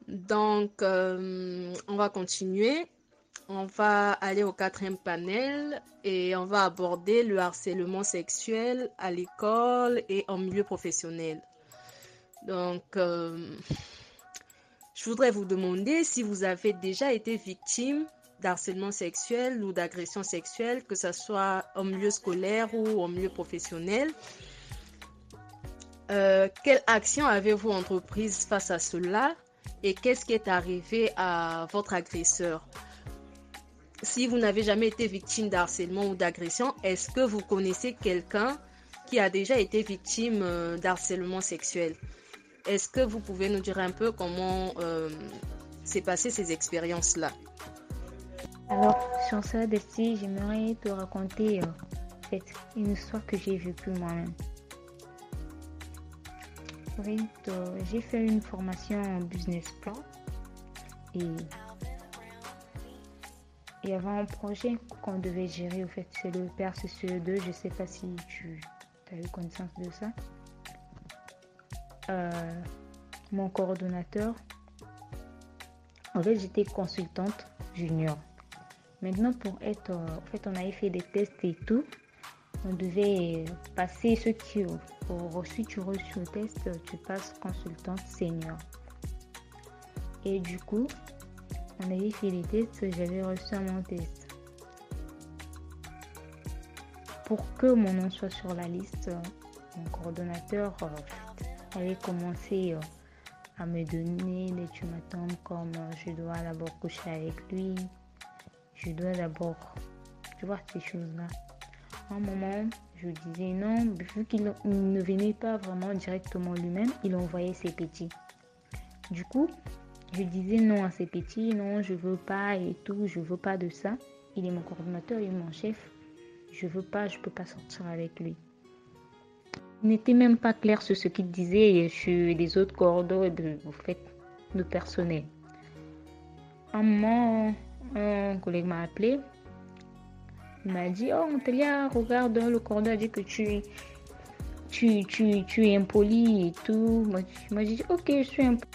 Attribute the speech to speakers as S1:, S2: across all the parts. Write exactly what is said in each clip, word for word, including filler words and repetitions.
S1: Donc, euh, on va continuer. On va aller au quatrième panel et on va aborder le harcèlement sexuel à l'école et en milieu professionnel. Donc, euh, je voudrais vous demander si vous avez déjà été victime d'harcèlement sexuel ou d'agression sexuelle, que ce soit en milieu scolaire ou en milieu professionnel. Euh, quelle action avez-vous entreprise face à cela et qu'est-ce qui est arrivé à votre agresseur? Si vous n'avez jamais été victime d'harcèlement ou d'agression, est-ce que vous connaissez quelqu'un qui a déjà été victime euh, d'harcèlement sexuel? Est-ce que vous pouvez nous dire un peu comment euh, s'est passé ces expériences-là?
S2: Alors, sur ça, Desti, j'aimerais te raconter euh, en fait, une histoire que j'ai vécue moi-même. Oui, euh, j'ai fait une formation en business plan et il y avait un projet qu'on devait gérer. En fait, c'est le P R C C E deux. Je ne sais pas si tu as eu connaissance de ça. Euh, mon coordonnateur, en fait, j'étais consultante junior. Maintenant, pour être, euh, en fait, on avait fait des tests et tout. On devait passer ce qui, pour, si tu reçus le test, tu passes consultante senior. Et du coup, on avait fait les tests, j'avais reçu mon test. Pour que mon nom soit sur la liste, mon coordonnateur euh, avait commencé euh, à me donner des ultimatums comme euh, je dois d'abord coucher avec lui, je dois d'abord, tu vois, ces choses-là. À un moment, je disais non, vu qu'il ne venait pas vraiment directement lui-même, il envoyait ses petits. Du coup, je disais non à ses petits, non, je veux pas et tout, je veux pas de ça. Il est mon coordonnateur, il est mon chef, je veux pas, je peux pas sortir avec lui. Il n'était même pas clair sur ce qu'il disait sur les autres coordonnées de, en fait, de personnel. À un moment, un collègue m'a appelé. Il m'a dit, oh, Antelia, regarde, le cordon a dit que tu, tu, tu, tu es impoli et tout. Moi, je m'ai dit, ok, je suis impoli.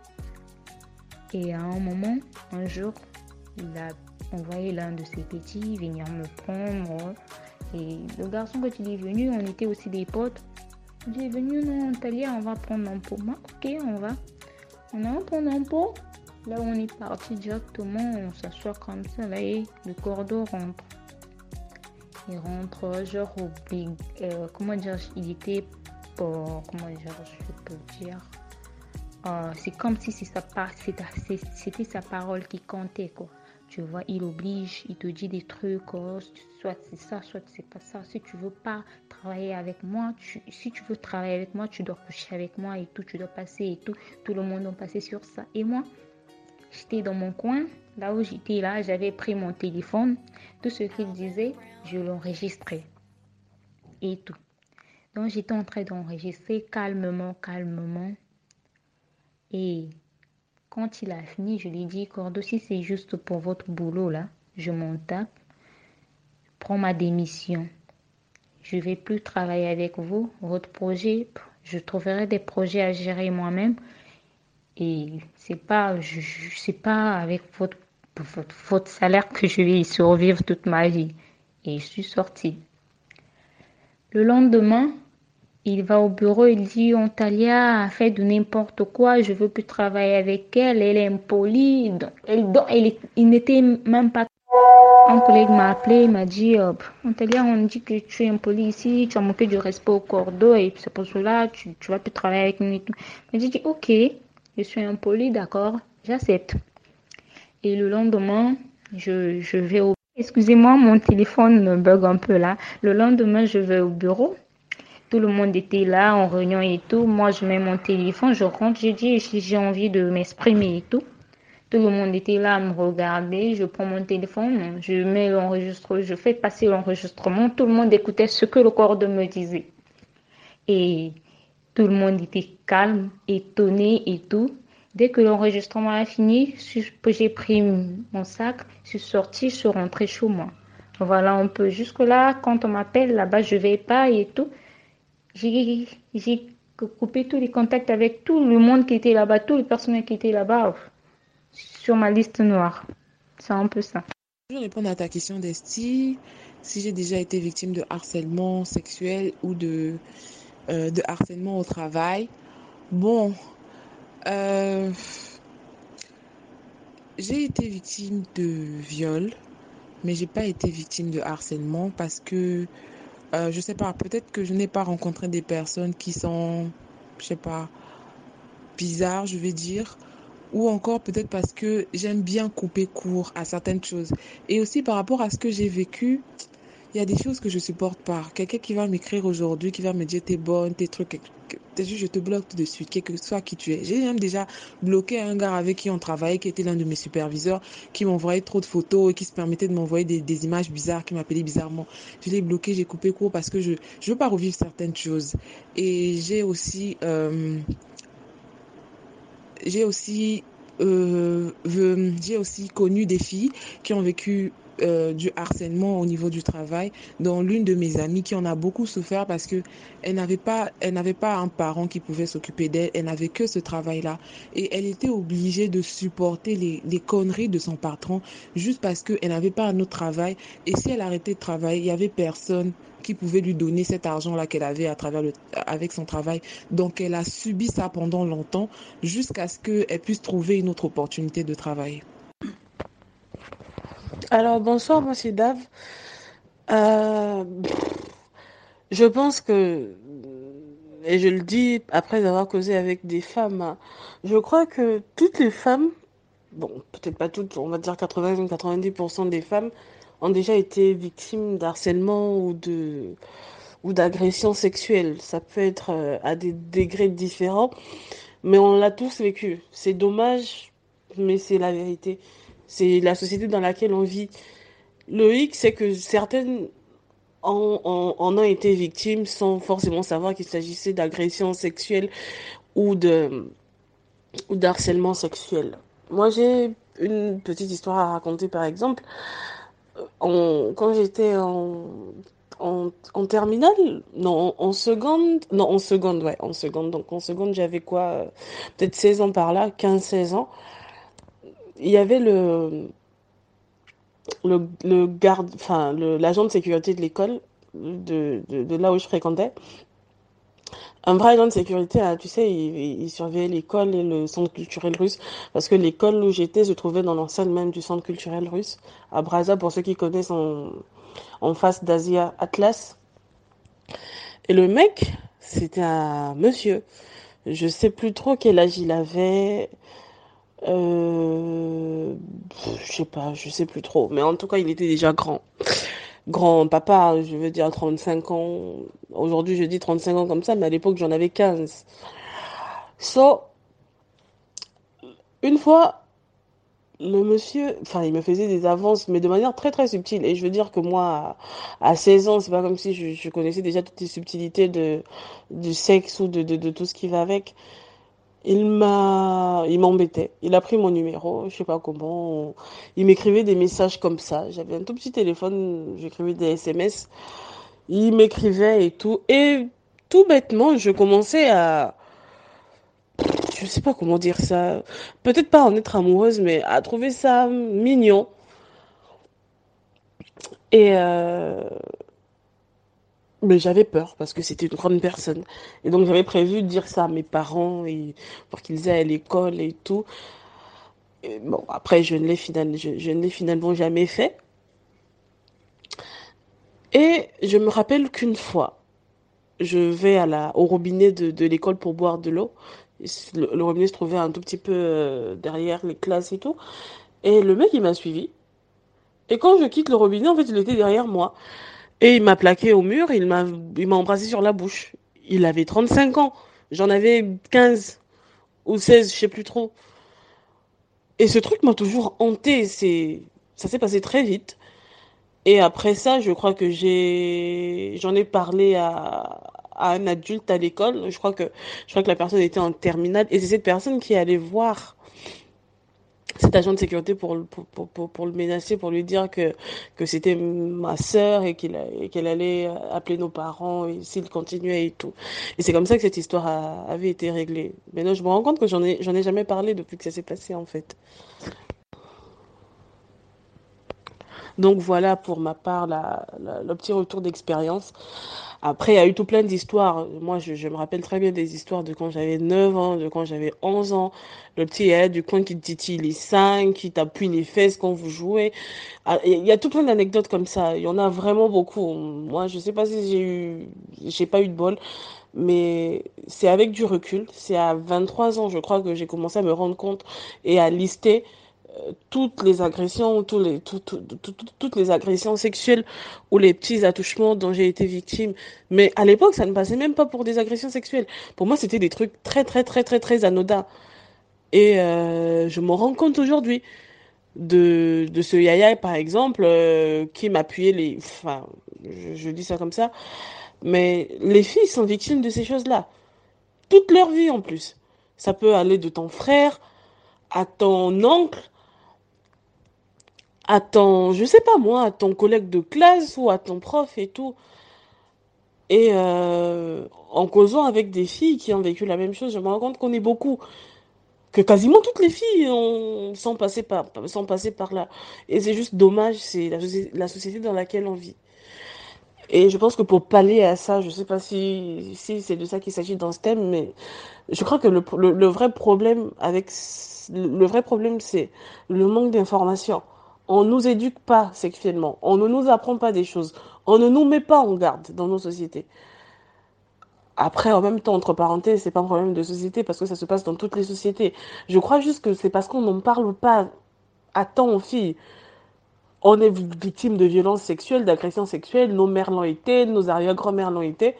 S2: Et à un moment, un jour, il a envoyé l'un de ses petits venir me prendre. Et le garçon, quand il est venu, on était aussi des potes. Il est venu, non, Antelia, on va prendre un pot. Moi, ok, on va. On a prendre un pot. Là où on est parti directement, on s'assoit comme ça, là, et le cordon rentre. Il rentre, genre, oblig... euh, comment dire, il était, pour, comment dire, je peux dire, euh, c'est comme si c'est sa part, c'était, c'était sa parole qui comptait, quoi. Tu vois, il oblige, il te dit des trucs, oh, soit c'est ça, soit c'est pas ça. Si tu veux pas travailler avec moi, tu, si tu veux travailler avec moi, tu dois coucher avec moi et tout, tu dois passer et tout. Tout le monde doit passer sur ça. Et moi, j'étais dans mon coin, là où j'étais là, j'avais pris mon téléphone. Tout ce qu'il disait, je l'enregistrais. Et tout. Donc j'étais en train d'enregistrer calmement, calmement. Et quand il a fini, je lui ai dit, Cordo, si c'est juste pour votre boulot là, je m'en tape. Prends ma démission. Je ne vais plus travailler avec vous. Votre projet, je trouverai des projets à gérer moi-même. Et c'est pas, je, je, c'est pas avec votre, votre, votre salaire que je vais y survivre toute ma vie. Et je suis sortie. Le lendemain, il va au bureau, il dit, Antalya a fait de n'importe quoi, je veux plus travailler avec elle, elle est impolie. Donc, elle, donc, elle, il n'était même pas... Un collègue m'a appelé, il m'a dit, oh, Antalya, on dit que tu es impoli ici, tu as manqué du respect au cordeau et c'est pour cela tu tu vas plus travailler avec nous et tout. J'ai dit, ok, je suis impoli, d'accord, j'accepte. Et le lendemain, je, je vais au... Excusez-moi, mon téléphone me bug un peu là. Le lendemain, je vais au bureau. Tout le monde était là en réunion et tout. Moi, je mets mon téléphone, je rentre, je dis, j'ai envie de m'exprimer et tout. Tout le monde était là à me regarder. Je prends mon téléphone, je mets l'enregistrement, je fais passer l'enregistrement. Tout le monde écoutait ce que le corps me disait. Et tout le monde était calme, étonné et tout. Dès que l'enregistrement a fini, j'ai pris mon sac, je suis sortie, je suis rentrée chez moi. Voilà un peu. Jusque-là, quand on m'appelle là-bas, je ne vais pas et tout. J'ai, j'ai couper tous les contacts avec tout le monde qui était là-bas, tous les personnels qui étaient là-bas sur ma liste noire. C'est un peu ça.
S3: Je vais répondre à ta question d'Esti. Si j'ai déjà été victime de harcèlement sexuel ou de, euh, de harcèlement au travail. Bon, euh, j'ai été victime de viol, mais j'ai pas été victime de harcèlement parce que, euh, je sais pas, peut-être que je n'ai pas rencontré des personnes qui sont, je sais pas, bizarres, je vais dire. Ou encore peut-être parce que j'aime bien couper court à certaines choses. Et aussi par rapport à ce que j'ai vécu, il y a des choses que je supporte pas. Quelqu'un qui va m'écrire aujourd'hui, qui va me dire t'es bonne, tes trucs, t'es juste, je te bloque tout de suite, quel que soit qui tu es. J'ai même déjà bloqué un gars avec qui on travaillait, qui était l'un de mes superviseurs, qui m'envoyait trop de photos et qui se permettait de m'envoyer des, des images bizarres, qui m'appelait bizarrement. Je l'ai bloqué, j'ai coupé court parce que je je veux pas revivre certaines choses. Et j'ai aussi euh, j'ai aussi, euh, ve- j'ai aussi connu des filles qui ont vécu euh, du harcèlement au niveau du travail, dont l'une de mes amies qui en a beaucoup souffert parce que elle n'avait pas, elle n'avait pas un parent qui pouvait s'occuper d'elle, elle n'avait que ce travail-là et elle était obligée de supporter les, les conneries de son patron juste parce qu'elle n'avait pas un autre travail et si elle arrêtait de travailler, il y avait personne qui pouvait lui donner cet argent-là qu'elle avait à travers le, avec son travail. Donc elle a subi ça pendant longtemps jusqu'à ce qu'elle puisse trouver une autre opportunité de travail.
S4: Alors bonsoir, moi c'est Dave. Euh, je pense que, et je le dis après avoir causé avec des femmes, hein, je crois que toutes les femmes, bon peut-être pas toutes, on va dire quatre-vingts à quatre-vingt-dix pour cent des femmes ont déjà été victimes d'harcèlement ou de ou d'agression sexuelle. Ça peut être euh, à des degrés différents, mais on l'a tous vécu. C'est dommage, mais c'est la vérité. C'est la société dans laquelle on vit. Le hic, c'est que certaines en, en, en ont été victimes sans forcément savoir qu'il s'agissait d'agression sexuelle ou de ou d'harcèlement sexuel. Moi, j'ai une petite histoire à raconter, par exemple. En, quand j'étais en, en, en terminale, non, en, en seconde, non, en seconde, ouais, en seconde. Donc, en seconde, j'avais quoi, euh, peut-être seize ans par là, quinze seize ans. Il y avait le, le, le garde, enfin, le, l'agent de sécurité de l'école, de, de, de là où je fréquentais. Un vrai agent de sécurité, hein, tu sais, il, il surveillait l'école et le centre culturel russe, parce que l'école où j'étais se trouvait dans l'enceinte même du centre culturel russe, à Brazza, pour ceux qui connaissent, en, en face d'Asia Atlas. Et le mec, c'était un monsieur. Je sais plus trop quel âge il avait. Euh, je sais pas, je sais plus trop. Mais en tout cas, il était déjà grand. Grand papa, je veux dire trente-cinq ans. Aujourd'hui, je dis trente-cinq ans comme ça, mais à l'époque, j'en avais quinze. So, une fois, le monsieur, enfin, il me faisait des avances, mais de manière très très subtile. Et je veux dire que moi, à seize ans, c'est pas comme si je, je connaissais déjà toutes les subtilités de, du sexe ou de, de, de tout ce qui va avec. Il m'a, il m'embêtait. Il a pris mon numéro, je sais pas comment. Il m'écrivait des messages comme ça. J'avais un tout petit téléphone, j'écrivais des S M S. Il m'écrivait et tout. Et tout bêtement, je commençais à, je sais pas comment dire ça. Peut-être pas en être amoureuse, mais à trouver ça mignon. Et euh, mais j'avais peur parce que c'était une grande personne. Et donc j'avais prévu de dire ça à mes parents et pour qu'ils aient à l'école et tout. Et bon, après, je ne l'ai final, je, je ne l'ai finalement jamais fait. Et je me rappelle qu'une fois, je vais à la, au robinet de, de l'école pour boire de l'eau. Le, le robinet se trouvait un tout petit peu euh, derrière les classes et tout. Et le mec, il m'a suivi. Et quand je quitte le robinet, en fait, il était derrière moi. Et il m'a plaqué au mur, il m'a, il m'a embrassé sur la bouche. Il avait trente-cinq ans. J'en avais quinze ou seize, je sais plus trop. Et ce truc m'a toujours hanté. C'est, ça s'est passé très vite. Et après ça, je crois que j'ai, j'en ai parlé à, à un adulte à l'école. Je crois que, je crois que la personne était en terminale. Et c'est cette personne qui est allée voir cet agent de sécurité pour, pour, pour, pour, pour le menacer, pour lui dire que, que c'était ma sœur et qu'il et qu'elle allait appeler nos parents et s'il continuait et tout. Et c'est comme ça que cette histoire a, avait été réglée. Mais non, je me rends compte que j'en ai, j'en ai jamais parlé depuis que ça s'est passé, en fait. Donc voilà pour ma part la, la, le petit retour d'expérience. Après, il y a eu tout plein d'histoires. Moi, je, je me rappelle très bien des histoires de quand j'avais neuf ans, de quand j'avais onze ans. Le petit est du coin qui te titille les seins, qui t'appuie les fesses quand vous jouez. Ah, Il y a tout plein d'anecdotes comme ça. Il y en a vraiment beaucoup. Moi, je sais pas si j'ai eu, j'ai pas eu de bol, mais c'est avec du recul. C'est à vingt-trois ans, je crois, que j'ai commencé à me rendre compte et à lister toutes les agressions, tous les, tout, tout, tout, tout, toutes les agressions sexuelles ou les petits attouchements dont j'ai été victime. Mais à l'époque, ça ne passait même pas pour des agressions sexuelles. Pour moi, c'était des trucs très, très, très, très, très anodins. Et euh, je m'en rends compte aujourd'hui de, de ce yaya, par exemple, euh, qui m'appuyait les... Enfin, je, je dis ça comme ça. Mais les filles sont victimes de ces choses-là. Toute leur vie, en plus. Ça peut aller de ton frère à ton oncle, à ton, je sais pas moi, à ton collègue de classe ou à ton prof et tout. Et euh, en causant avec des filles qui ont vécu la même chose, je me rends compte qu'on est beaucoup, que quasiment toutes les filles ont, sont passées par, sont passées par là. Et c'est juste dommage, c'est la, la société dans laquelle on vit. Et je pense que pour pallier à ça, je sais pas si, si c'est de ça qu'il s'agit dans ce thème, mais je crois que le, le, le vrai problème avec, le vrai problème, c'est le manque d'information. On nous éduque pas sexuellement. On ne nous apprend pas des choses. On ne nous met pas en garde dans nos sociétés. Après, en même temps, entre parenthèses, c'est pas un problème de société parce que ça se passe dans toutes les sociétés. Je crois juste que c'est parce qu'on n'en parle pas à temps aux filles. On est victime de violences sexuelles, d'agressions sexuelles. Nos mères l'ont été, nos arrière-grand-mères l'ont été.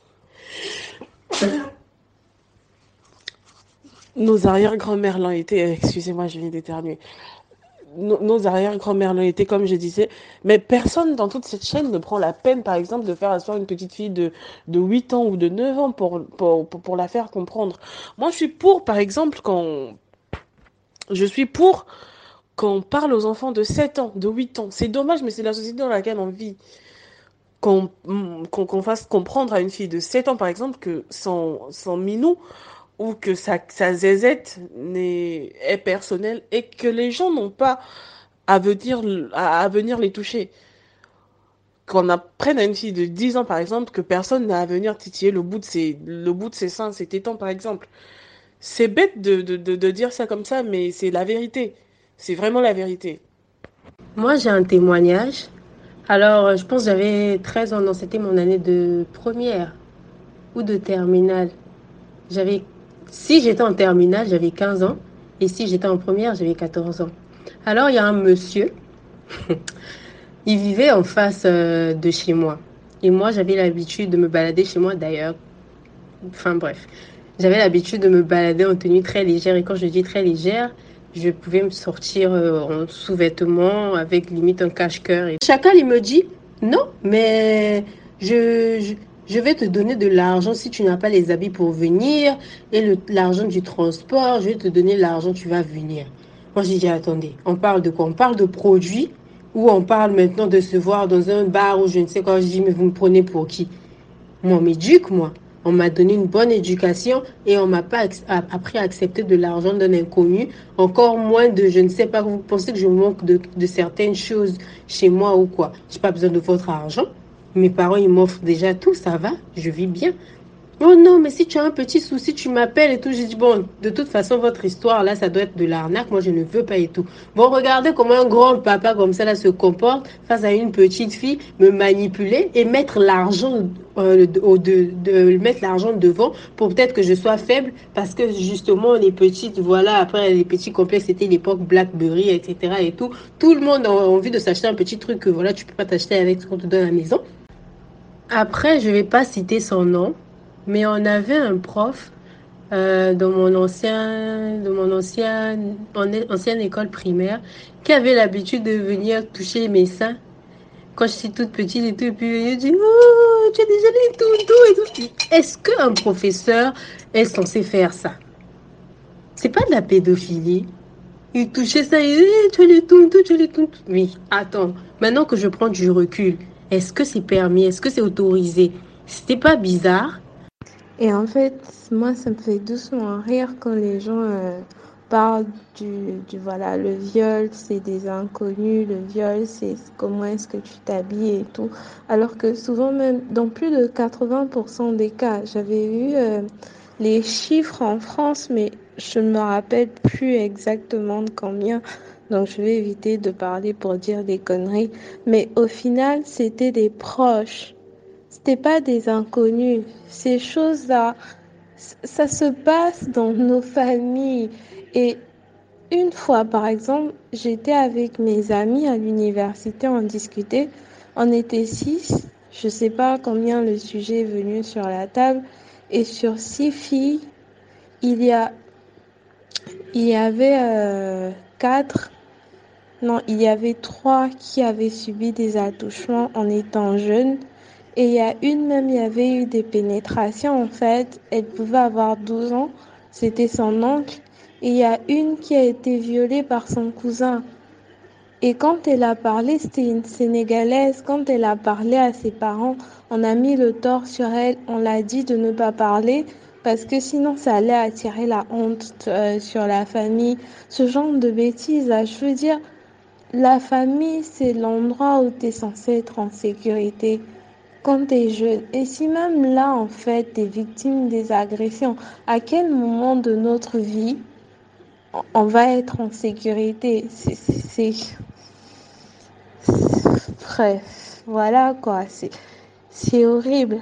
S4: Nos arrière-grand-mères l'ont été. Excusez-moi, je viens d'éternuer. Nos, nos arrière-grand-mères l'ont été, comme je disais. Mais personne dans toute cette chaîne ne prend la peine, par exemple, de faire asseoir une petite fille de, de huit ans ou de neuf ans pour, pour, pour, pour la faire comprendre. Moi, je suis pour, par exemple, quand... Je suis pour qu'on parle aux enfants de sept ans, de huit ans. C'est dommage, mais c'est la société dans laquelle on vit. Qu'on qu'on qu'on fasse comprendre à une fille de sept ans, par exemple, que son, son minou ou que sa, sa zézette n'est, est personnelle et que les gens n'ont pas à venir, à, à venir les toucher. Qu'on apprenne à une fille de dix ans, par exemple, que personne n'a à venir titiller le bout de ses, le bout de ses seins, ses tétons, par exemple. C'est bête de, de, de, de dire ça comme ça, mais c'est la vérité. C'est vraiment la vérité.
S5: Moi, j'ai un témoignage. Alors, je pense que j'avais treize ans, non, c'était mon année de première ou de terminale. J'avais, si j'étais en terminale, j'avais quinze ans. Et si j'étais en première, j'avais quatorze ans. Alors, il y a un monsieur, il vivait en face euh, de chez moi. Et moi, j'avais l'habitude de me balader chez moi d'ailleurs. Enfin bref, j'avais l'habitude de me balader en tenue très légère. Et quand je dis très légère, je pouvais me sortir euh, en sous-vêtements avec limite un cache-cœur. Et chacun, il me dit, non, mais je, je, je vais te donner de l'argent si tu n'as pas les habits pour venir et le- l'argent du transport, je vais te donner l'argent, tu vas venir. Moi, j'ai dit, attendez, on parle de quoi? On parle de produits ou on parle maintenant de se voir dans un bar ou je ne sais quoi. Je dis, mais vous me prenez pour qui? Moi, on m'éduque, moi. On m'a donné une bonne éducation et on m'a pas ac- a- appris à accepter de l'argent d'un inconnu. Encore moins de, je ne sais pas, vous pensez que je manque de, de certaines choses chez moi ou quoi. J'ai pas besoin de votre argent. Mes parents, ils m'offrent déjà tout, ça va, je vis bien. Oh non, mais si tu as un petit souci, tu m'appelles et tout. J'ai dit, bon, de toute façon, votre histoire, là, ça doit être de l'arnaque. Moi, je ne veux pas et tout. Bon, regardez comment un grand papa comme ça, là, se comporte face à une petite fille, me manipuler et mettre l'argent, euh, au- de, de mettre l'argent devant pour peut-être que je sois faible parce que justement, on est petite, voilà, après, les petits complexes, c'était l'époque Blackberry, et cetera et tout. Tout le monde a envie de s'acheter un petit truc que, voilà, tu peux pas t'acheter avec ce qu'on te donne à la maison. Après, je vais pas citer son nom, mais on avait un prof euh, dans mon ancien, de mon ancienne, ancienne école primaire qui avait l'habitude de venir toucher mes seins quand je suis toute petite et tout. Et puis il dit, oh, tu as déjà les toutous et tout. Est-ce qu'un professeur est censé faire ça? C'est pas de la pédophilie. Il touchait ça, il disait, tu les tournes, tu les tournes. Oui, attends, maintenant que je prends du recul, est-ce que c'est permis? Est-ce que c'est autorisé? C'était pas bizarre?
S2: Et en fait, moi, ça me fait doucement rire quand les gens euh, parlent du, du, voilà, le viol, c'est des inconnus, le viol, c'est comment est-ce que tu t'habilles et tout. Alors que souvent, même dans plus de quatre-vingts pour cent des cas, j'avais vu euh, les chiffres en France, mais je ne me rappelle plus exactement de combien. Donc, je vais éviter de parler pour dire des conneries. Mais au final, c'était des proches. C'était pas des inconnus. Ces choses-là, ça se passe dans nos familles. Et une fois, par exemple, j'étais avec mes amis à l'université, on discutait. On était six. Je sais pas combien le sujet est venu sur la table. Et sur six filles, il y a, il y avait euh, quatre. Non, il y avait trois qui avaient subi des attouchements en étant jeunes. Et il y a une même, il y avait eu des pénétrations en fait. Elle pouvait avoir douze ans. C'était son oncle. Et il y a une qui a été violée par son cousin. Et quand elle a parlé, c'était une Sénégalaise. Quand elle a parlé à ses parents, on a mis le tort sur elle. On l'a dit de ne pas parler parce que sinon ça allait attirer la honte euh, sur la famille. Ce genre de bêtises là, je veux dire. La famille, c'est l'endroit où tu es censé être en sécurité quand tu es jeune. Et si même là, en fait, tu es victime des agressions, à quel moment de notre vie on va être en sécurité? C'est... c'est- Bref, voilà quoi, c'est c'est horrible.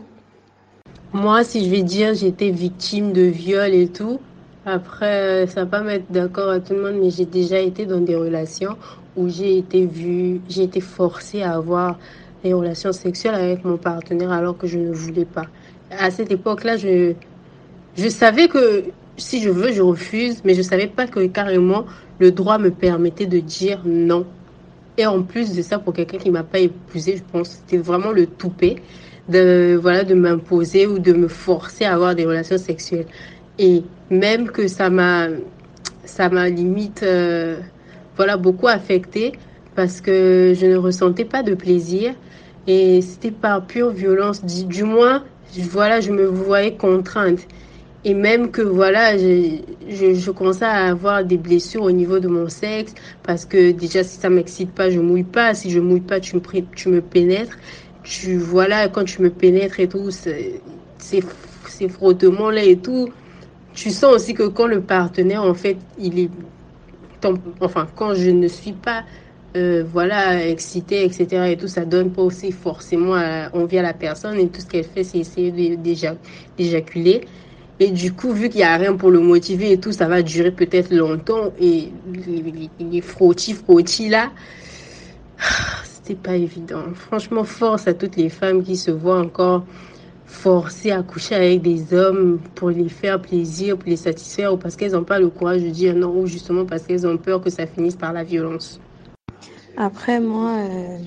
S5: Moi, si je vais dire j'étais victime de viol et tout, après, euh, ça va pas mettre d'accord à tout le monde, mais j'ai déjà été dans des relations où j'ai été vue, j'ai été forcée à avoir des relations sexuelles avec mon partenaire alors que je ne voulais pas. À cette époque-là, je, je savais que si je veux, je refuse, mais je savais pas que carrément le droit me permettait de dire non. Et en plus de ça, pour quelqu'un qui m'a pas épousée, je pense que c'était vraiment le toupet de, voilà, de m'imposer ou de me forcer à avoir des relations sexuelles. Et même que ça m'a, ça m'a limite, euh, voilà, beaucoup affectée parce que je ne ressentais pas de plaisir et c'était par pure violence. Du, du moins, voilà, je me voyais contrainte. Et même que voilà, je, je, je commençais à avoir des blessures au niveau de mon sexe parce que déjà si ça m'excite pas, je mouille pas. Si je mouille pas, tu me, tu me pénètres. Tu voilà, quand tu me pénètres et tout, c'est, c'est, ces frottements là et tout. Tu sens aussi que quand le partenaire en fait, il est, enfin quand je ne suis pas euh, voilà, excitée, et cetera. Et tout, ça donne pas aussi forcément à, envie à la personne et tout ce qu'elle fait, c'est essayer de, d'éja, d'éjaculer. Et du coup, vu qu'il n'y a rien pour le motiver et tout, ça va durer peut-être longtemps. Et les, les, les frottis, frottis là, c'était pas évident. Franchement, force à toutes les femmes qui se voient encore forcées à coucher avec des hommes pour les faire plaisir, pour les satisfaire, ou parce qu'elles n'ont pas le courage de dire non, ou justement parce qu'elles ont peur que ça finisse par la violence.
S2: Après, moi, euh,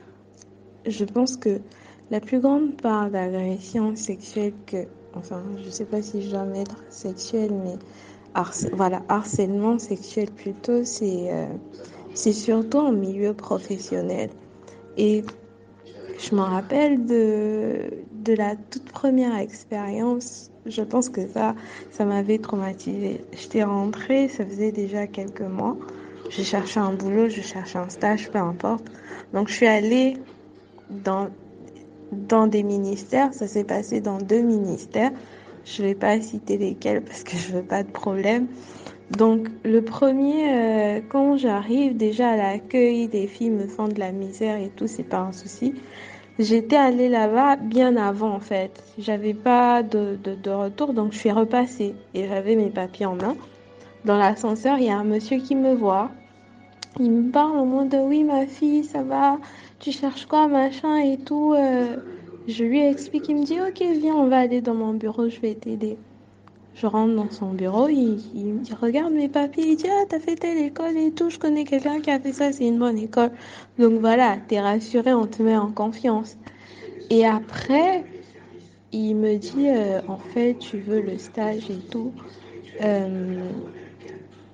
S2: je pense que la plus grande part d'agression sexuelle que, enfin, je sais pas si je dois mettre sexuelle, mais harc- voilà, harcèlement sexuel plutôt, c'est euh, c'est surtout en milieu professionnel. Et je me rappelle de, de la toute première expérience, je pense que ça, ça m'avait traumatisée. J'étais rentrée, ça faisait déjà quelques mois. Je cherchais un boulot, je cherchais un stage, peu importe. Donc je suis allée dans, dans des ministères, ça s'est passé dans deux ministères. Je ne vais pas citer lesquels parce que je veux pas de problème. Donc le premier, euh, quand j'arrive déjà à l'accueil, des filles me font de la misère et tout, c'est pas un souci. J'étais allée là-bas bien avant en fait. J'avais pas de, de, de retour, donc je suis repassée et j'avais mes papiers en main. Dans l'ascenseur, il y a un monsieur qui me voit. Il me parle au moins de oui ma fille, ça va, tu cherches quoi, machin et tout. Euh, je lui explique, il me dit ok viens, on va aller dans mon bureau, je vais t'aider. Je rentre dans son bureau, il, il, il regarde mes papiers, il dit ah t'as fait telle école et tout, je connais quelqu'un qui a fait ça, c'est une bonne école. Donc voilà, t'es rassuré, on te met en confiance. Et après, il me dit, euh, en fait, tu veux le stage et tout. Euh,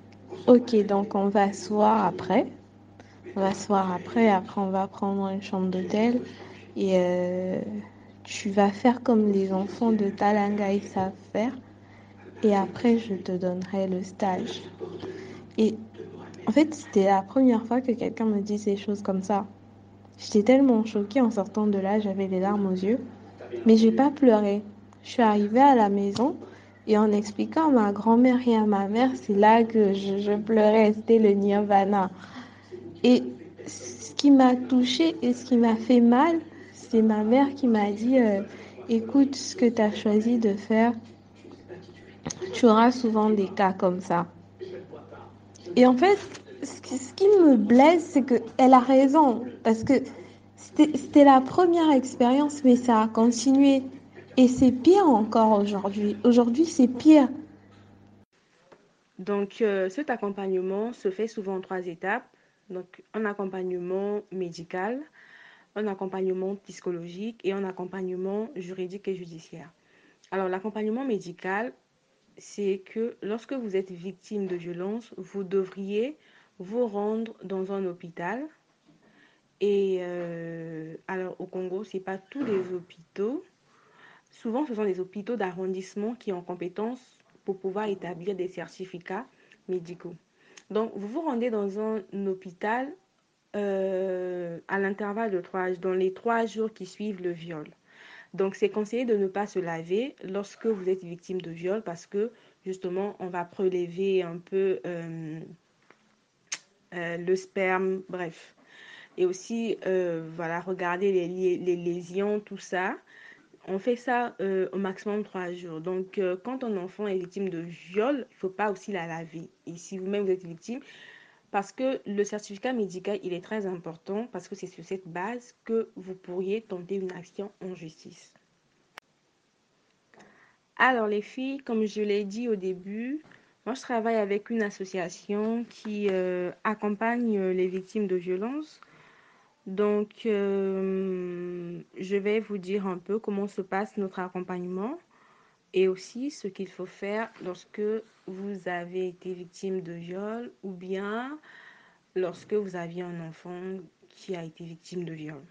S6: Ok, donc on va se voir après. On va se voir après. Après, on va prendre une chambre d'hôtel. Et euh, tu vas faire comme les enfants de Talanga ils savent faire. Et après, je te donnerai le stage. Et en fait, c'était la première fois que quelqu'un me dit ces choses comme ça. J'étais tellement choquée en sortant de là, j'avais les larmes aux yeux. Mais j'ai pas pleuré. Je suis arrivée à la maison et en expliquant à ma grand-mère et à ma mère, c'est là que je, je pleurais. C'était le nirvana. Et ce qui m'a touchée et ce qui m'a fait mal, c'est ma mère qui m'a dit euh, écoute, ce que tu as choisi de faire, tu auras souvent des cas comme ça. Et en fait, ce qui, ce qui me blesse, c'est qu'elle a raison. Parce que c'était c'était la première expérience, mais ça a continué. Et c'est pire encore aujourd'hui. Aujourd'hui, c'est pire.
S4: Donc, euh, cet accompagnement se fait souvent en trois étapes. Donc, un accompagnement médical, un accompagnement psychologique et un accompagnement juridique et judiciaire. Alors, l'accompagnement médical, c'est que lorsque vous êtes victime de violence, vous devriez vous rendre dans un hôpital. Et euh, alors, au Congo, ce n'est pas tous les hôpitaux. Souvent, ce sont des hôpitaux d'arrondissement qui ont compétence pour pouvoir établir des certificats médicaux. Donc, vous vous rendez dans un hôpital euh, à l'intervalle de trois, dans les trois jours qui suivent le viol. Donc, c'est conseillé de ne pas se laver lorsque vous êtes victime de viol parce que, justement, on va prélever un peu euh, euh, le sperme, bref. Et aussi, euh, voilà, regarder les, les lésions, tout ça. On fait ça euh, au maximum trois jours. Donc, euh, quand un enfant est victime de viol, il ne faut pas aussi la laver. Et si vous-même vous êtes victime, parce que le certificat médical, il est très important, parce que c'est sur cette base que vous pourriez tenter une action en justice. Alors, les filles, comme je l'ai dit au début, moi, je travaille avec une association qui euh, accompagne les victimes de violences. Donc, euh, je vais vous dire un peu comment se passe notre accompagnement et aussi ce qu'il faut faire lorsque vous avez été victime de viol ou bien lorsque vous aviez un enfant qui a été victime de viol.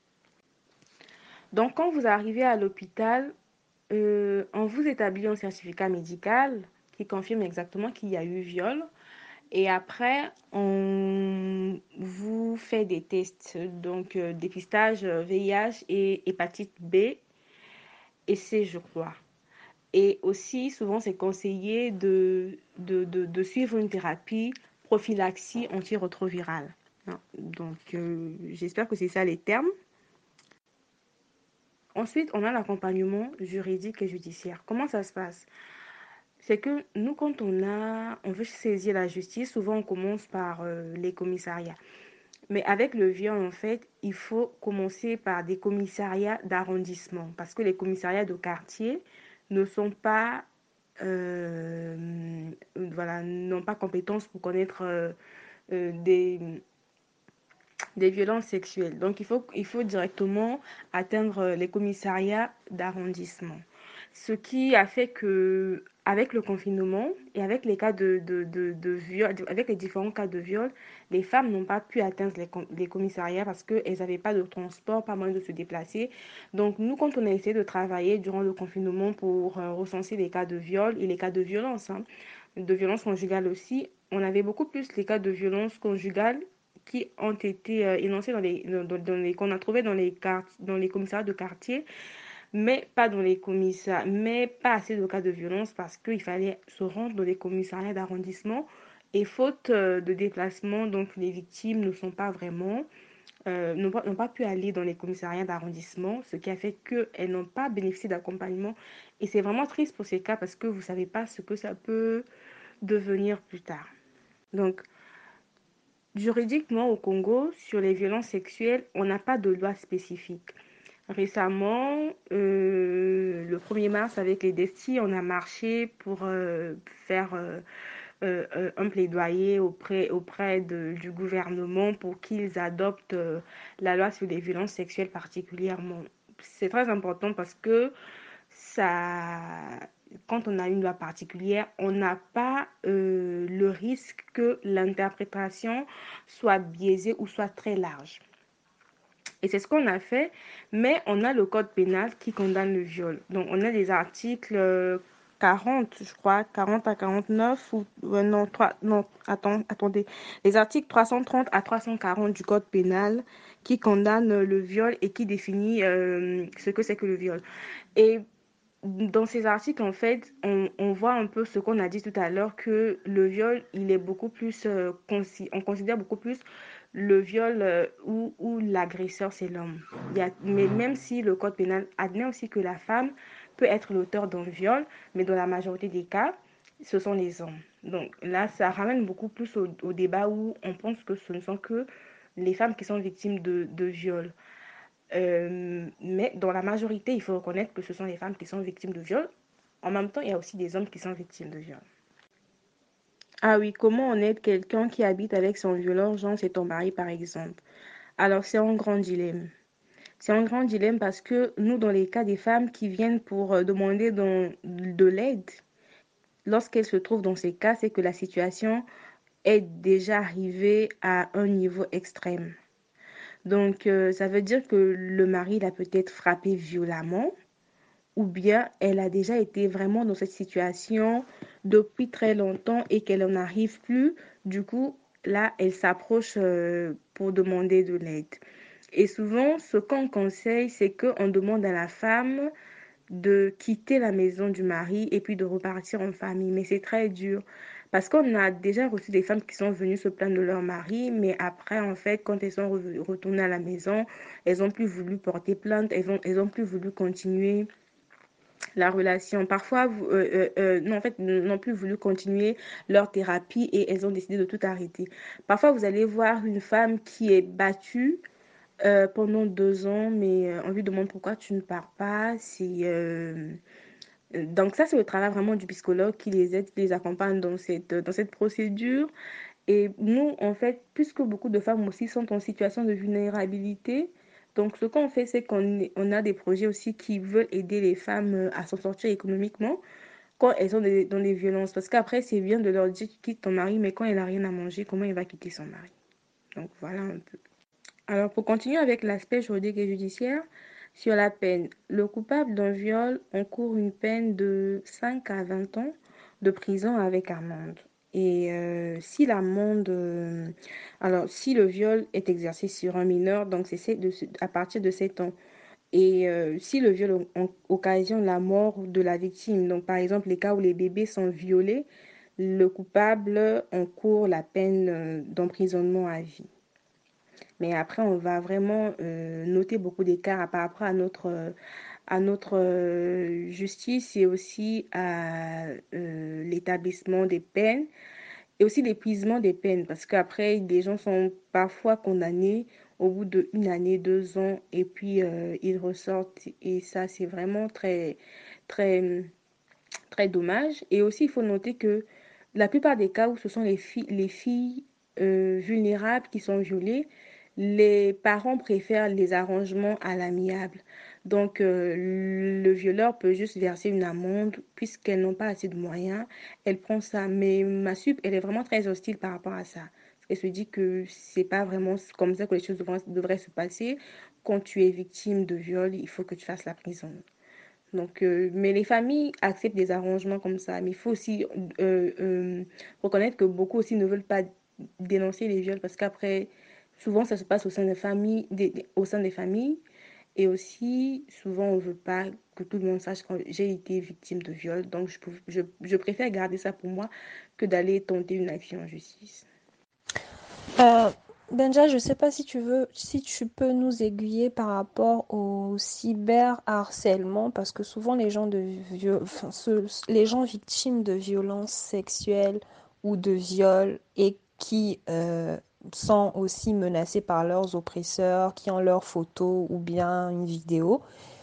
S4: Donc, quand vous arrivez à l'hôpital, euh, on vous établit un certificat médical qui confirme exactement qu'il y a eu viol. Et après, on vous fait des tests, donc euh, dépistage V I H et hépatite B et C, je crois. Et aussi, souvent, c'est conseillé de, de, de, de suivre une thérapie prophylaxie antirétrovirale. Donc, euh, j'espère que c'est ça les termes. Ensuite, on a l'accompagnement juridique et judiciaire. Comment ça se passe? C'est que nous, quand on a, on veut saisir la justice, souvent on commence par euh, les commissariats. Mais avec le viol, en fait, il faut commencer par des commissariats d'arrondissement parce que les commissariats de quartier ne sont pas, euh, voilà, n'ont pas compétence pour connaître euh, euh, des, des violences sexuelles. Donc, il faut, il faut directement atteindre les commissariats d'arrondissement. Ce qui a fait que, avec le confinement et avec les cas de, de, de, de viol, avec les différents cas de viol, les femmes n'ont pas pu atteindre les, les commissariats parce qu'elles n'avaient pas de transport, pas moyen de se déplacer. Donc, nous, quand on a essayé de travailler durant le confinement pour euh, recenser les cas de viol et les cas de violence, hein, de violence conjugale aussi, on avait beaucoup plus les cas de violence conjugale qui ont été euh, énoncés dans les, dans, dans les qu'on a trouvé dans les dans les commissariats de quartier, mais pas dans les commissariats, mais pas assez de cas de violence parce qu'il fallait se rendre dans les commissariats d'arrondissement et faute euh, de déplacement, donc les victimes ne sont pas vraiment euh, n'ont pas, n'ont pas pu aller dans les commissariats d'arrondissement, ce qui a fait qu'elles n'ont pas bénéficié d'accompagnement. Et c'est vraiment triste pour ces cas parce que vous ne savez pas ce que ça peut devenir plus tard. Donc, juridiquement, au Congo, sur les violences sexuelles, on n'a pas de loi spécifique. Récemment, euh, le premier mars, avec les DESTI, on a marché pour euh, faire euh, euh, un plaidoyer auprès, auprès de, du gouvernement pour qu'ils adoptent euh, la loi sur les violences sexuelles particulièrement. C'est très important parce que ça, quand on a une loi particulière, on n'a pas euh, le
S7: le risque que l'interprétation soit biaisée ou soit très large. Et c'est ce qu'on a fait, mais on a le code pénal qui condamne le viol. Donc on a des articles euh, quarante, je crois, quarante à quarante-neuf, ou euh, non, trois, non, attends, attendez, les articles trois cent trente à trois cent quarante du code pénal qui condamnent le viol et qui définit euh, ce que c'est que le viol. Et dans ces articles, en fait, on, on voit un peu ce qu'on a dit tout à l'heure, que le viol, il est beaucoup plus, euh, consi- on considère beaucoup plus le viol euh, où, où l'agresseur, c'est l'homme. Il y a, mais même si le code pénal admet aussi que la femme peut être l'auteur d'un viol, mais dans la majorité des cas, ce sont les hommes. Donc là, ça ramène beaucoup plus au, au débat où on pense que ce ne sont que les femmes qui sont victimes de, de viol. Euh, mais dans la majorité, il faut reconnaître que ce sont les femmes qui sont victimes de viol. En même temps, il y a aussi des hommes qui sont victimes de viol. Ah oui, comment on aide quelqu'un qui habite avec son violeur, genre c'est ton mari par exemple? Alors c'est un grand dilemme. C'est un grand dilemme parce que nous, dans les cas des femmes qui viennent pour euh, demander dans- de l'aide, lorsqu'elles se trouvent dans ces cas, c'est que la situation est déjà arrivée à un niveau extrême. Donc, euh, ça veut dire que le mari l'a peut-être frappée violemment, ou bien elle a déjà été vraiment dans cette situation depuis très longtemps et qu'elle n'en arrive plus. Du coup, là, elle s'approche euh, pour demander de l'aide. Et souvent, ce qu'on conseille, c'est qu'on demande à la femme de quitter la maison du mari et puis de repartir en famille. Mais c'est très dur parce qu'on a déjà reçu des femmes qui sont venues se plaindre de leur mari, mais après, en fait, quand elles sont retournées à la maison, elles n'ont plus voulu porter plainte, elles n'ont elles ont plus voulu continuer la relation. Parfois, euh, euh, euh, non, en fait, n'ont plus voulu continuer leur thérapie et elles ont décidé de tout arrêter. Parfois, vous allez voir une femme qui est battue euh, pendant deux ans, mais euh, on lui demande pourquoi tu ne pars pas. C'est euh, donc ça, c'est le travail vraiment du psychologue qui les aide, qui les accompagne dans cette, dans cette procédure. Et nous, en fait, puisque beaucoup de femmes aussi sont en situation de vulnérabilité, donc ce qu'on fait, c'est qu'on on a des projets aussi qui veulent aider les femmes à s'en sortir économiquement quand elles sont des- dans les violences. Parce qu'après, c'est bien de leur dire quitte ton mari, mais quand elle n'a rien à manger, comment elle va quitter son mari? Donc voilà un peu. Alors, pour continuer avec l'aspect juridique et judiciaire, sur la peine, le coupable d'un viol encourt une peine de cinq à vingt ans de prison avec amende. Et euh, si l'amende, euh, alors si le viol est exercé sur un mineur, donc c'est de, à partir de sept ans. Et euh, si le viol en, occasionne la mort de la victime, donc par exemple les cas où les bébés sont violés, le coupable encourt la peine euh, d'emprisonnement à vie. Mais après, on va vraiment euh, noter beaucoup d'écarts par rapport à notre, euh, à notre euh, justice et aussi à euh, l'établissement des peines et aussi l'épuisement des peines. Parce qu'après, des gens sont parfois condamnés au bout d'une année, deux ans, et puis euh, ils ressortent. Et ça, c'est vraiment très, très, très dommage. Et aussi, il faut noter que la plupart des cas où ce sont les filles, les filles euh, vulnérables qui sont violées, les parents préfèrent les arrangements à l'amiable. Donc, euh, le violeur peut juste verser une amende puisqu'elles n'ont pas assez de moyens. Elle prend ça. Mais ma sup, elle est vraiment très hostile par rapport à ça. Elle se dit que c'est pas vraiment comme ça que les choses devraient, devraient se passer. Quand tu es victime de viol, il faut que tu fasses la prison. Donc, euh, mais les familles acceptent des arrangements comme ça. Mais il faut aussi euh, euh, reconnaître que beaucoup aussi ne veulent pas dénoncer les viols parce qu'après, souvent ça se passe au sein des familles, des, des- au sein des familles. Et aussi, souvent, on ne veut pas que tout le monde sache que j'ai été victime de viol. Donc, je, je, je préfère garder ça pour moi que d'aller tenter une action en justice.
S8: Euh, Benja, je ne sais pas si tu veux, si tu peux nous aiguiller par rapport au cyberharcèlement, parce que souvent les gens de viol- enfin, ceux- les gens victimes de violences sexuelles ou de viols et qui euh, sont aussi menacés par leurs oppresseurs, qui ont leurs photos ou bien une vidéo,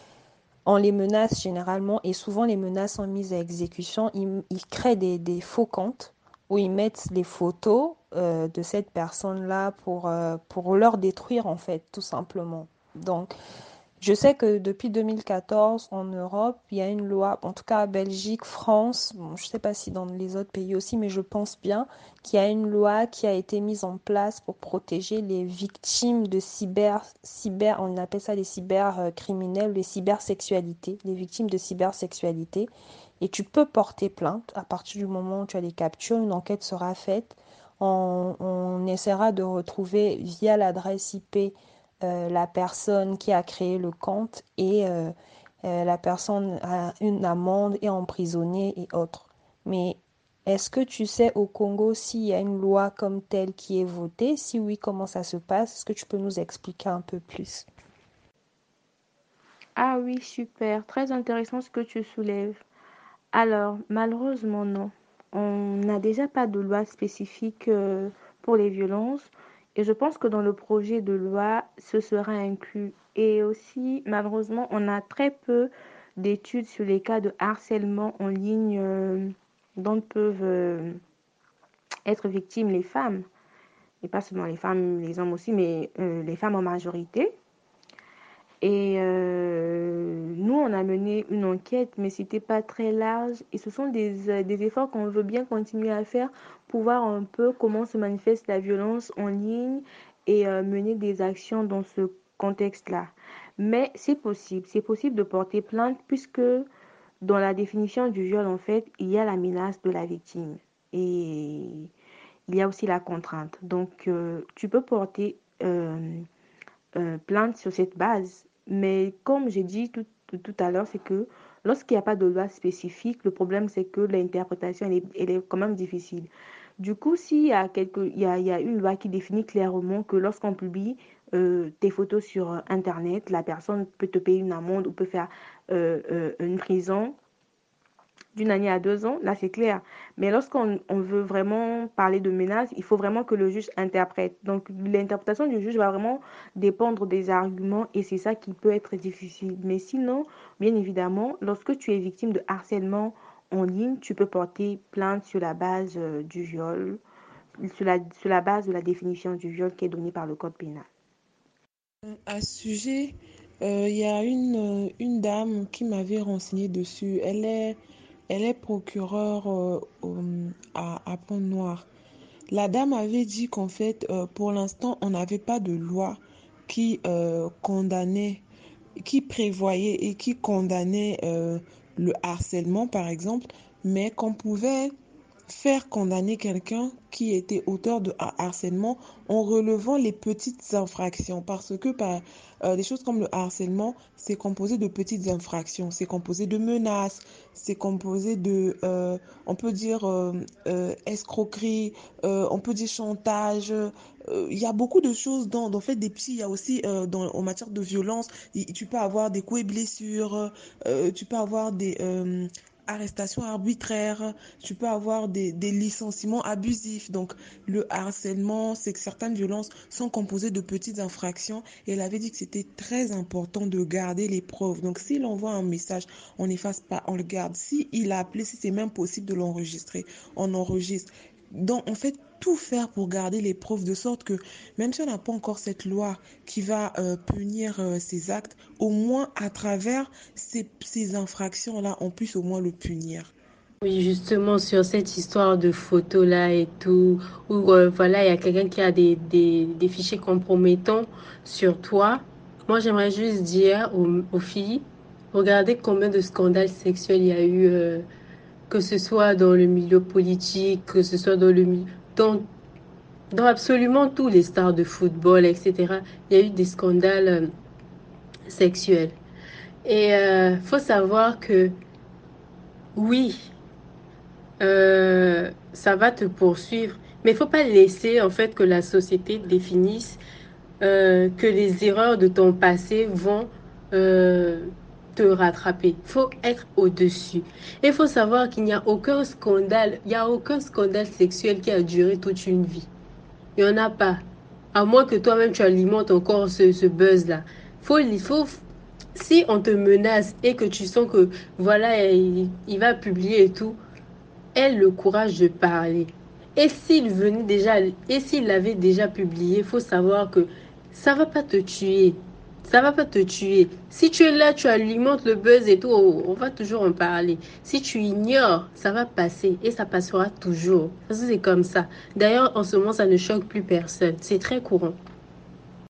S8: on les menace généralement et souvent les menaces sont mises à exécution. Ils, ils créent des, des faux comptes où ils mettent les photos euh, de cette personne-là pour, euh, pour leur détruire en fait, tout simplement. Donc, Je sais que depuis deux mille quatorze, en Europe, il y a une loi, en tout cas Belgique, France, bon, je ne sais pas si dans les autres pays aussi, mais je pense bien qu'il y a une loi qui a été mise en place pour protéger les victimes de cyber, cyber, on appelle ça les cybercriminels, les cybersexualités, les victimes de cybersexualité. Et tu peux porter plainte à partir du moment où tu as les captures, une enquête sera faite. On, on essaiera de retrouver via l'adresse I P euh, la personne qui a créé le compte et euh, euh, la personne a une amende, est emprisonnée et autres. Mais est-ce que tu sais au Congo s'il y a une loi comme telle qui est votée? Si oui, comment ça se passe? Est-ce que tu peux nous expliquer un peu plus?
S7: Ah oui, super. Très intéressant ce que tu soulèves. Alors, malheureusement, non. On n'a déjà pas de loi spécifique euh, pour les violences et je pense que dans le projet de loi, ce sera inclus. Et aussi, malheureusement, on a très peu d'études sur les cas de harcèlement en ligne euh, dont peuvent euh, être victimes les femmes. Et pas seulement les femmes, les hommes aussi, mais euh, les femmes en majorité. Et euh, nous, on a mené une enquête, mais c'était pas très large. Et ce sont des, euh, des efforts qu'on veut bien continuer à faire pour voir un peu comment se manifeste la violence en ligne et euh, mener des actions dans ce contexte-là. Mais c'est possible, c'est possible de porter plainte puisque dans la définition du viol, en fait, il y a la menace de la victime et il y a aussi la contrainte. Donc, euh, tu peux porter euh, euh, plainte sur cette base. Mais comme j'ai dit tout, tout, tout à l'heure, c'est que lorsqu'il n'y a pas de loi spécifique, le problème c'est que l'interprétation elle est, elle est quand même difficile. Du coup, s'il y a quelque, il y a, il y a une loi qui définit clairement que lorsqu'on publie euh, tes photos sur euh, Internet, la personne peut te payer une amende ou peut faire euh, euh, une prison d'une année à deux ans, là c'est clair. Mais lorsqu'on on veut vraiment parler de menaces, il faut vraiment que le juge interprète. Donc l'interprétation du juge va vraiment dépendre des arguments et c'est ça qui peut être difficile. Mais sinon, bien évidemment, lorsque tu es victime de harcèlement en ligne, tu peux porter plainte sur la base euh, du viol, sur la, sur la base de la définition du viol qui est donnée par le code pénal.
S3: À ce sujet, euh, il y a une, euh, une dame qui m'avait renseigné dessus. Elle est, elle est procureure euh, au- à, à Pont-Noir. La dame avait dit qu'en fait, euh, pour l'instant, on n'avait pas de loi qui euh, condamnait, qui prévoyait et qui condamnait euh, le harcèlement, par exemple, mais qu'on pouvait faire condamner quelqu'un qui était auteur de ha- harcèlement en relevant les petites infractions. Parce que par, euh, des choses comme le harcèlement, c'est composé de petites infractions, c'est composé de menaces, c'est composé de, euh, on peut dire, euh, euh, escroquerie, euh, on peut dire chantage. euh, Il y a beaucoup de choses dans, dans le fait des petits. Il y a aussi euh, dans, en matière de violence, il- tu peux avoir des coups et blessures, euh, tu peux avoir des euh, arrestations arbitraires, tu peux avoir des, des licenciements abusifs. Donc, le harcèlement, c'est que certaines violences sont composées de petites infractions. Et elle avait dit que c'était très important de garder les preuves. Donc, s'il envoie un message, on n'efface pas, on le garde. Si il a appelé, si c'est même possible de l'enregistrer, on enregistre. Donc, en fait, tout faire pour garder les preuves de sorte que, même si on n'a pas encore cette loi qui va euh, punir euh, ces actes, au moins à travers ces, ces infractions-là, on puisse au moins le punir.
S5: Oui, justement, sur cette histoire de photos là et tout, où euh, voilà, il y a quelqu'un qui a des, des, des fichiers compromettants sur toi. Moi, j'aimerais juste dire aux, aux filles, regardez combien de scandales sexuels il y a eu, euh, que ce soit dans le milieu politique, que ce soit dans le mi- dans, dans absolument tous les stars de football, et cetera. Il y a eu des scandales euh, sexuels. Et euh, faut savoir que oui, euh, ça va te poursuivre. Mais il faut pas laisser en fait que la société définisse euh, que les erreurs de ton passé vont euh, te rattraper. Il faut être au-dessus. Il faut savoir qu'il n'y a aucun scandale, il n'y a aucun scandale sexuel qui a duré toute une vie. Il n'y en a pas. À moins que toi-même tu alimentes encore ce, ce buzz-là. Faut, il faut, si on te menace et que tu sens que voilà, il, il va publier et tout, aie le courage de parler. Et s'il venait déjà, et s'il l'avait déjà publié, il faut savoir que ça va pas te tuer. Ça va pas te tuer. Si tu es là, tu alimentes le buzz et tout, on va toujours en parler. Si tu ignores, ça va passer et ça passera toujours. Parce que c'est comme ça. D'ailleurs, en ce moment, ça ne choque plus personne. C'est très courant.